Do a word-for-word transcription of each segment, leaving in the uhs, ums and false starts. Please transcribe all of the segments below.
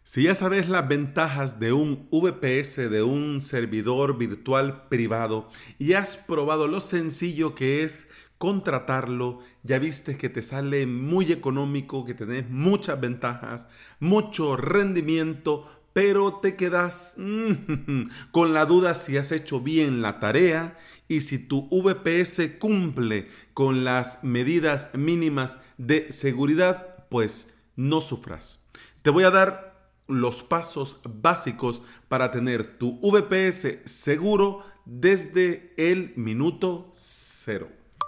Si ya sabes las ventajas de un V P S, de un servidor virtual privado, y has probado lo sencillo que es contratarlo, ya viste que te sale muy económico, que tenés muchas ventajas, mucho rendimiento, pero te quedas mm, con la duda si has hecho bien la tarea y si tu V P S cumple con las medidas mínimas de seguridad, pues no sufras. Te voy a dar los pasos básicos para tener tu V P S seguro desde el minuto cero.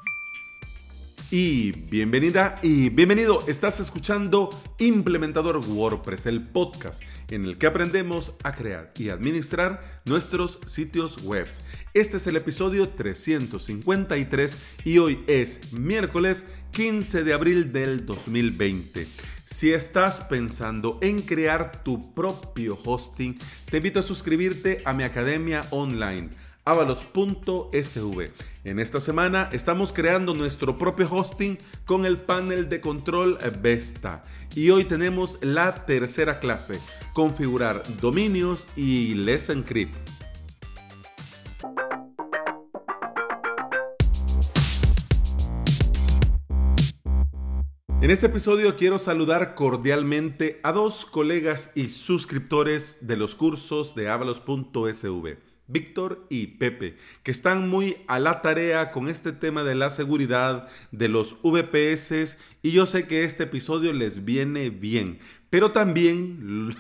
Y bienvenida y bienvenido, estás escuchando Implementador WordPress, el podcast en el que aprendemos a crear y administrar nuestros sitios web. Este es el episodio trescientos cincuenta y tres y hoy es miércoles quince de abril del dos mil veinte. Si estás pensando en crear tu propio hosting, te invito a suscribirte a mi academia online, avalos punto s v. En esta semana estamos creando nuestro propio hosting con el panel de control Vesta. Y hoy tenemos la tercera clase, configurar dominios y Let's Encrypt. En este episodio quiero saludar cordialmente a dos colegas y suscriptores de los cursos de avalos punto s v. Víctor y Pepe, que están muy a la tarea con este tema de la seguridad de los V P S y yo sé que este episodio les viene bien, pero también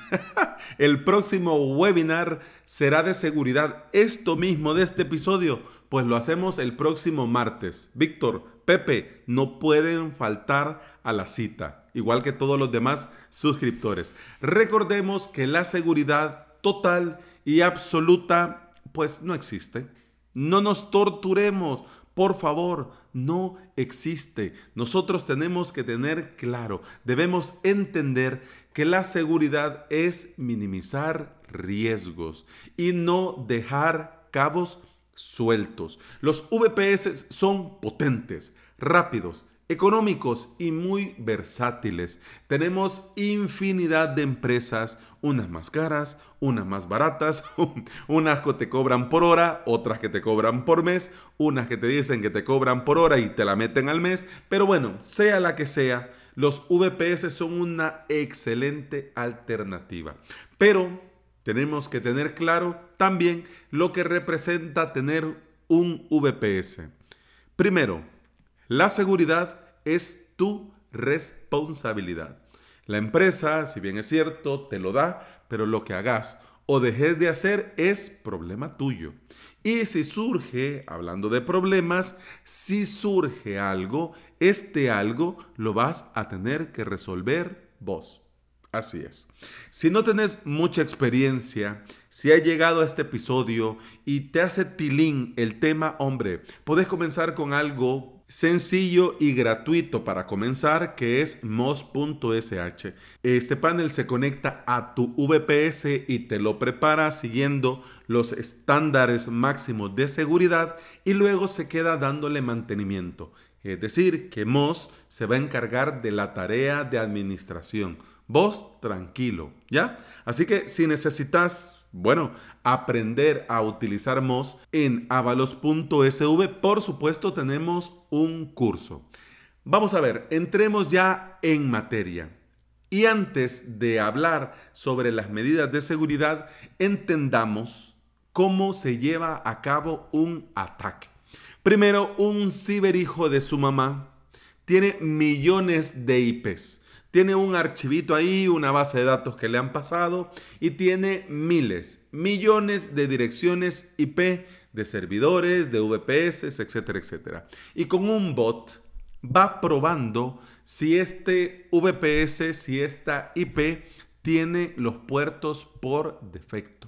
el próximo webinar será de seguridad. Esto mismo de este episodio, pues lo hacemos el próximo martes. Víctor, Pepe, no pueden faltar a la cita, igual que todos los demás suscriptores. Recordemos que la seguridad total y absoluta pues no existe. No nos torturemos, por favor, no existe. Nosotros tenemos que tener claro, debemos entender que la seguridad es minimizar riesgos y no dejar cabos sueltos. Los V P S son potentes, rápidos, económicos y muy versátiles. Tenemos infinidad de empresas, unas más caras, unas más baratas, unas que te cobran por hora, otras que te cobran por mes, unas que te dicen que te cobran por hora y te la meten al mes, pero bueno, sea la que sea, los V P S son una excelente alternativa. Pero tenemos que tener claro también lo que representa tener un V P S. Primero, la seguridad es tu responsabilidad. La empresa, si bien es cierto, te lo da, pero lo que hagas o dejes de hacer es problema tuyo. Y si surge, hablando de problemas, si surge algo, este algo lo vas a tener que resolver vos. Así es. Si no tenés mucha experiencia, si has llegado a este episodio y te hace tilín el tema, hombre, podés comenzar con algo sencillo y gratuito para comenzar, que es mos punto s h. Este panel se conecta a tu V P S y te lo prepara siguiendo los estándares máximos de seguridad y luego se queda dándole mantenimiento. Es decir, que Moz se va a encargar de la tarea de administración. Vos tranquilo, ¿ya? Así que si necesitas, bueno, aprender a utilizar Moz en avalos punto s v, por supuesto tenemos un curso. Vamos a ver, entremos ya en materia. Y antes de hablar sobre las medidas de seguridad, entendamos cómo se lleva a cabo un ataque. Primero, un ciberhijo de su mamá tiene millones de I Pes. Tiene un archivito ahí, una base de datos que le han pasado y tiene miles, millones de direcciones I P de servidores, de V P S, etcétera, etcétera. Y con un bot va probando si este V P S, si esta I P tiene los puertos por defecto.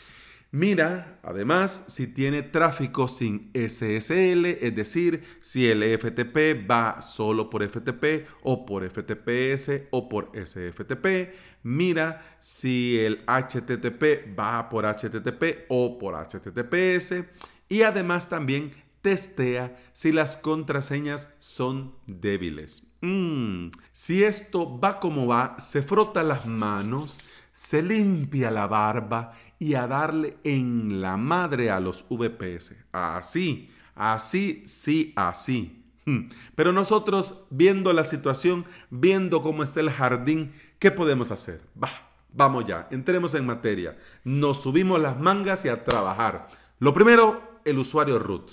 Mira, además, si tiene tráfico sin S S L, es decir, si el F T P va solo por F T P o por F T P S o por S F T P. Mira si el H T T P va por H T T P o por H T T P S. Y además también testea si las contraseñas son débiles. Mm, si esto va como va, se frota las manos, se limpia la barba y a darle en la madre a los V P S. Así, así, sí, así. Pero nosotros, viendo la situación, viendo cómo está el jardín, ¿qué podemos hacer? Va, vamos ya, entremos en materia. Nos subimos las mangas y a trabajar. Lo primero, el usuario root.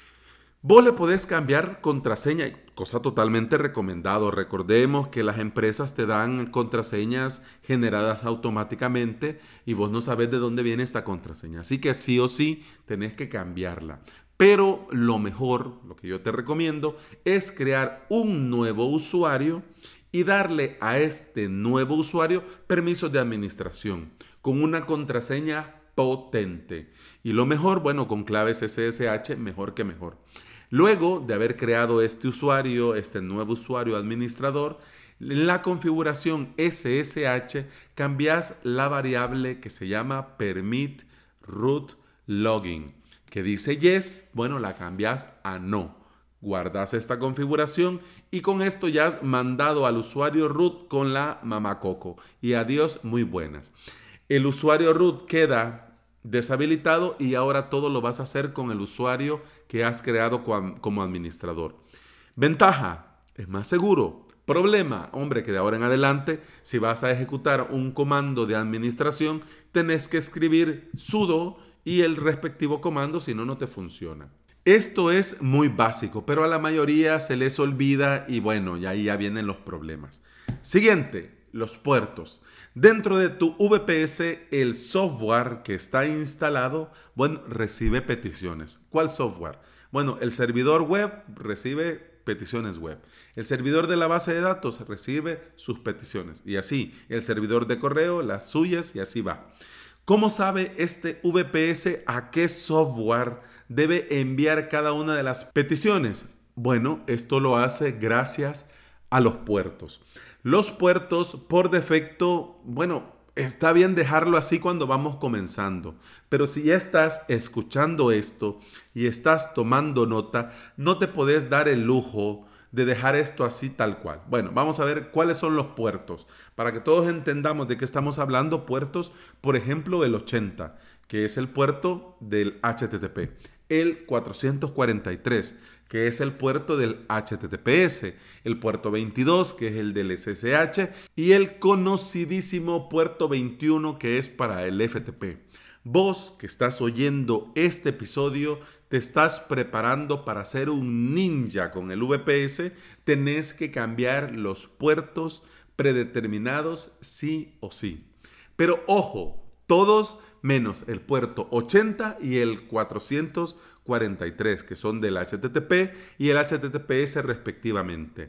Vos le podés cambiar contraseña, cosa totalmente recomendado. Recordemos que las empresas te dan contraseñas generadas automáticamente y vos no sabés de dónde viene esta contraseña. Así que sí o sí tenés que cambiarla. Pero lo mejor, lo que yo te recomiendo, es crear un nuevo usuario y darle a este nuevo usuario permisos de administración con una contraseña potente. Y lo mejor, bueno, con claves S S H, mejor que mejor. Luego de haber creado este usuario, este nuevo usuario administrador, en la configuración S S H cambias la variable que se llama permit root login, que dice yes, bueno, la cambias a no. Guardas esta configuración y con esto ya has mandado al usuario root con la mamacoco. Y adiós, muy buenas. El usuario root queda deshabilitado y ahora todo lo vas a hacer con el usuario que has creado como administrador. Ventaja, es más seguro. Problema, hombre, que de ahora en adelante, si vas a ejecutar un comando de administración, tenés que escribir sudo y el respectivo comando, si no, no te funciona. Esto es muy básico, pero a la mayoría se les olvida y bueno, y ahí ya vienen los problemas. Siguiente, los puertos. Dentro de tu V P S, el software que está instalado, bueno, recibe peticiones. ¿Cuál software? Bueno, el servidor web recibe peticiones web. El servidor de la base de datos recibe sus peticiones. Y así, el servidor de correo, las suyas y así va. ¿Cómo sabe este V P S a qué software debe enviar cada una de las peticiones? Bueno, esto lo hace gracias a los puertos. Los puertos por defecto, bueno, está bien dejarlo así cuando vamos comenzando, pero si ya estás escuchando esto y estás tomando nota, no te podés dar el lujo de dejar esto así tal cual. Bueno, vamos a ver cuáles son los puertos, para que todos entendamos de qué estamos hablando. Puertos, por ejemplo, el ochenta, que es el puerto del H T T P, el cuatrocientos cuarenta y tres, que es el puerto del H T T P S, el puerto veintidós, que es el del S S H, y el conocidísimo puerto veintiuno, que es para el F T P. Vos que estás oyendo este episodio, te estás preparando para ser un ninja con el V P S, tenés que cambiar los puertos predeterminados sí o sí. Pero ojo, todos menos el puerto ochenta y el cuatrocientos cuarenta y tres, que son del H T T P y el H T T P S respectivamente.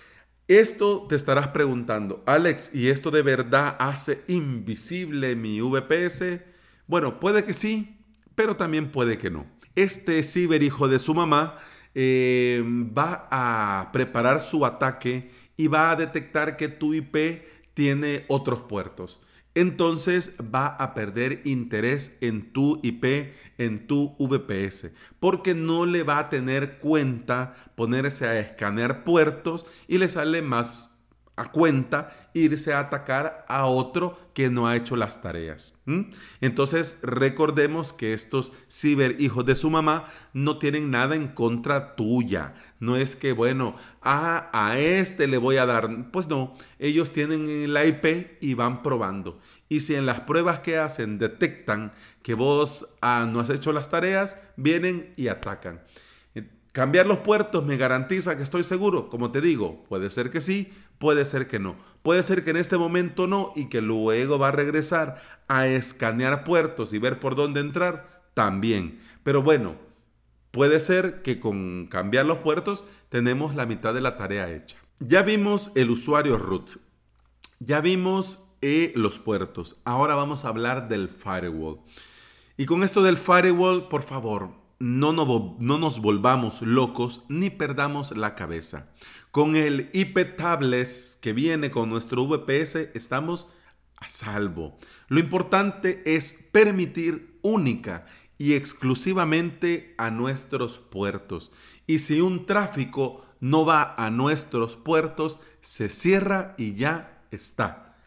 Esto te estarás preguntando, Alex, ¿y esto de verdad hace invisible mi V P S? Bueno, puede que sí, pero también puede que no. Este ciberhijo de su mamá eh, va a preparar su ataque y va a detectar que tu I P tiene otros puertos. Entonces va a perder interés en tu I P, en tu V P S, porque no le va a tener cuenta ponerse a escanear puertos y le sale más a cuenta irse a atacar a otro que no ha hecho las tareas. ¿Mm? Entonces recordemos que estos ciberhijos de su mamá no tienen nada en contra tuya. No es que, bueno, a, a este le voy a dar. Pues no, ellos tienen la I P y van probando. Y si en las pruebas que hacen detectan que vos ah, no has hecho las tareas, vienen y atacan. Cambiar los puertos me garantiza que estoy seguro. Como te digo, puede ser que sí, puede ser que no. Puede ser que en este momento no y que luego va a regresar a escanear puertos y ver por dónde entrar también. Pero bueno, puede ser que con cambiar los puertos tenemos la mitad de la tarea hecha. Ya vimos el usuario root. Ya vimos eh, los puertos. Ahora vamos a hablar del firewall. Y con esto del firewall, por favor, No, no, no nos volvamos locos ni perdamos la cabeza. Con el I P tables que viene con nuestro V P S estamos a salvo. Lo importante es permitir única y exclusivamente a nuestros puertos. Y si un tráfico no va a nuestros puertos, se cierra y ya está.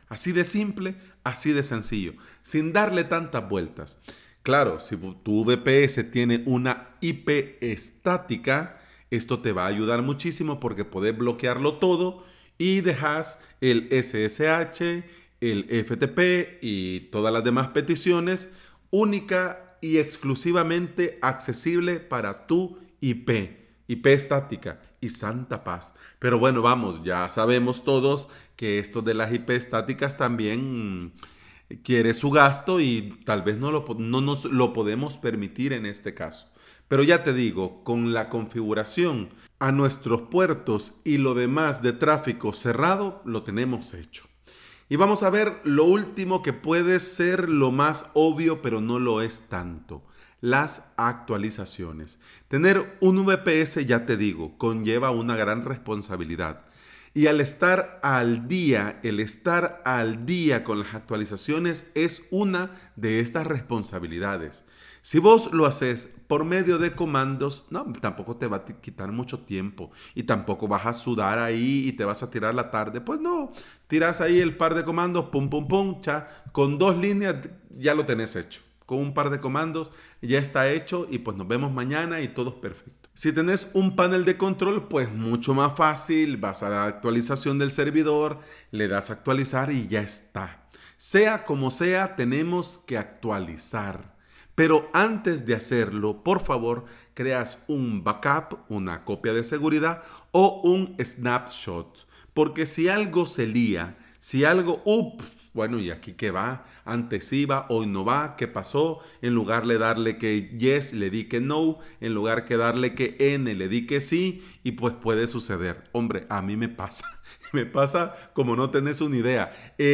Así de simple, así de sencillo, sin darle tantas vueltas. Claro, si tu V P S tiene una I P estática, esto te va a ayudar muchísimo porque puedes bloquearlo todo y dejas el S S H, el F T P y todas las demás peticiones única y exclusivamente accesible para tu I P, I P estática y santa paz. Pero bueno, vamos, ya sabemos todos que esto de las I P estáticas también mmm, quiere su gasto y tal vez no, lo, no nos lo podemos permitir en este caso. Pero ya te digo, con la configuración a nuestros puertos y lo demás de tráfico cerrado, lo tenemos hecho. Y vamos a ver lo último que puede ser lo más obvio, pero no lo es tanto. Las actualizaciones. Tener un V P S, ya te digo, conlleva una gran responsabilidad. Y al estar al día, el estar al día con las actualizaciones es una de estas responsabilidades. Si vos lo haces por medio de comandos, no, tampoco te va a quitar mucho tiempo y tampoco vas a sudar ahí y te vas a tirar la tarde. Pues no, tiras ahí el par de comandos, pum, pum, pum, cha, con dos líneas ya lo tenés hecho. Con un par de comandos ya está hecho y pues nos vemos mañana y todo es perfecto. Si tenés un panel de control, pues mucho más fácil, vas a la actualización del servidor, le das a actualizar y ya está. Sea como sea, tenemos que actualizar. Pero antes de hacerlo, por favor, creas un backup, una copia de seguridad o un snapshot. Porque si algo se lía, si algo, ups, bueno, ¿y aquí qué va? Antes iba, hoy no va, ¿qué pasó? En lugar de darle que yes, le di que no. En lugar de darle que n, le di que sí. Y pues puede suceder. Hombre, a mí me pasa. Me pasa como no tenés una idea.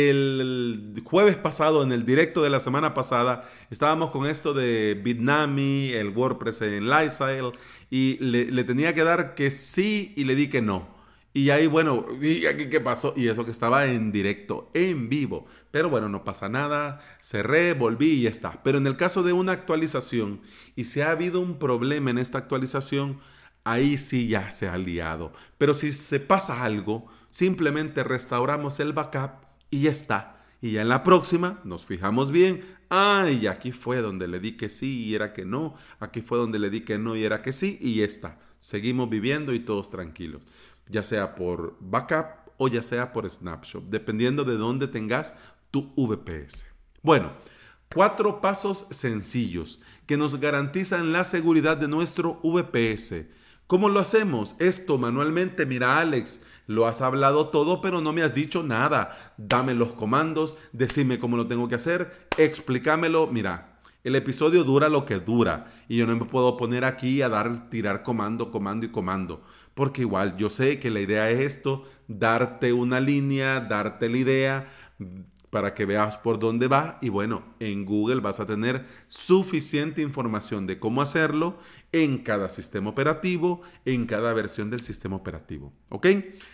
El jueves pasado, en el directo de la semana pasada, estábamos con esto de Bitnami, el WordPress en Lifestyle, y le, le tenía que dar que sí y le di que no. Y ahí, bueno, ¿y aquí qué pasó? Y eso que estaba en directo, en vivo. Pero bueno, no pasa nada. Cerré, volví y ya está. Pero en el caso de una actualización, y si ha habido un problema en esta actualización, ahí sí ya se ha liado. Pero si se pasa algo, simplemente restauramos el backup y ya está. Y ya en la próxima nos fijamos bien. Ay, aquí fue donde le di que sí y era que no. Aquí fue donde le di que no y era que sí y ya está. Seguimos viviendo y todos tranquilos. Ya sea por backup o ya sea por snapshot, dependiendo de dónde tengas tu V P S. Bueno, cuatro pasos sencillos que nos garantizan la seguridad de nuestro V P S. ¿Cómo lo hacemos? Esto manualmente. Mira, Alex, lo has hablado todo, pero no me has dicho nada. Dame los comandos, decime cómo lo tengo que hacer, explícamelo. Mira, el episodio dura lo que dura y yo no me puedo poner aquí a dar, tirar comando, comando y comando. Porque igual yo sé que la idea es esto, darte una línea, darte la idea para que veas por dónde va. Y bueno, en Google vas a tener suficiente información de cómo hacerlo en cada sistema operativo, en cada versión del sistema operativo. ¿Ok?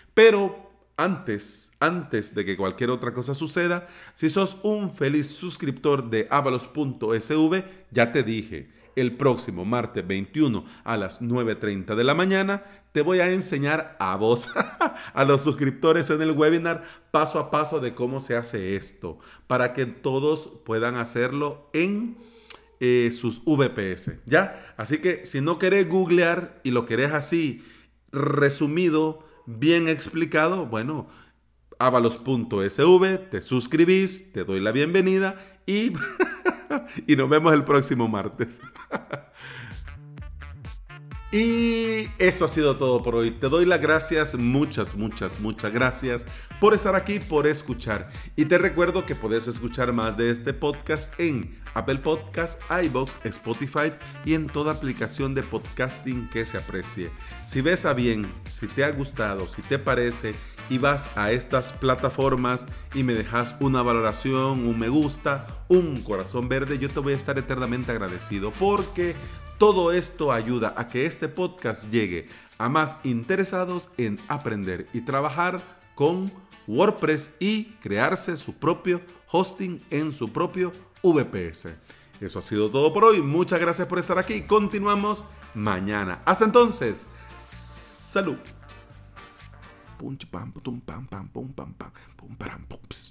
Pero antes, antes de que cualquier otra cosa suceda, si sos un feliz suscriptor de avalos punto s v, ya te dije, el próximo martes veintiuno a las nueve treinta de la mañana, te voy a enseñar a vos, a los suscriptores en el webinar, paso a paso de cómo se hace esto, para que todos puedan hacerlo en eh, sus V P S, ¿ya? Así que si no querés googlear y lo querés así, resumido, bien explicado, bueno, avalos punto s v, te suscribís, te doy la bienvenida y, y nos vemos el próximo martes. Y eso ha sido todo por hoy. Te doy las gracias, muchas, muchas, muchas gracias por estar aquí, por escuchar. Y te recuerdo que puedes escuchar más de este podcast en Apple Podcasts, iVoox, Spotify y en toda aplicación de podcasting que se aprecie. Si ves a bien, si te ha gustado, si te parece y vas a estas plataformas y me dejas una valoración, un me gusta, un corazón verde, yo te voy a estar eternamente agradecido porque todo esto ayuda a que este podcast llegue a más interesados en aprender y trabajar con WordPress y crearse su propio hosting en su propio V P S. Eso ha sido todo por hoy. Muchas gracias por estar aquí. Continuamos mañana. Hasta entonces, salud. Pum, pam, pum, pam, pam, pum, pam, pam, pum, pam, pum.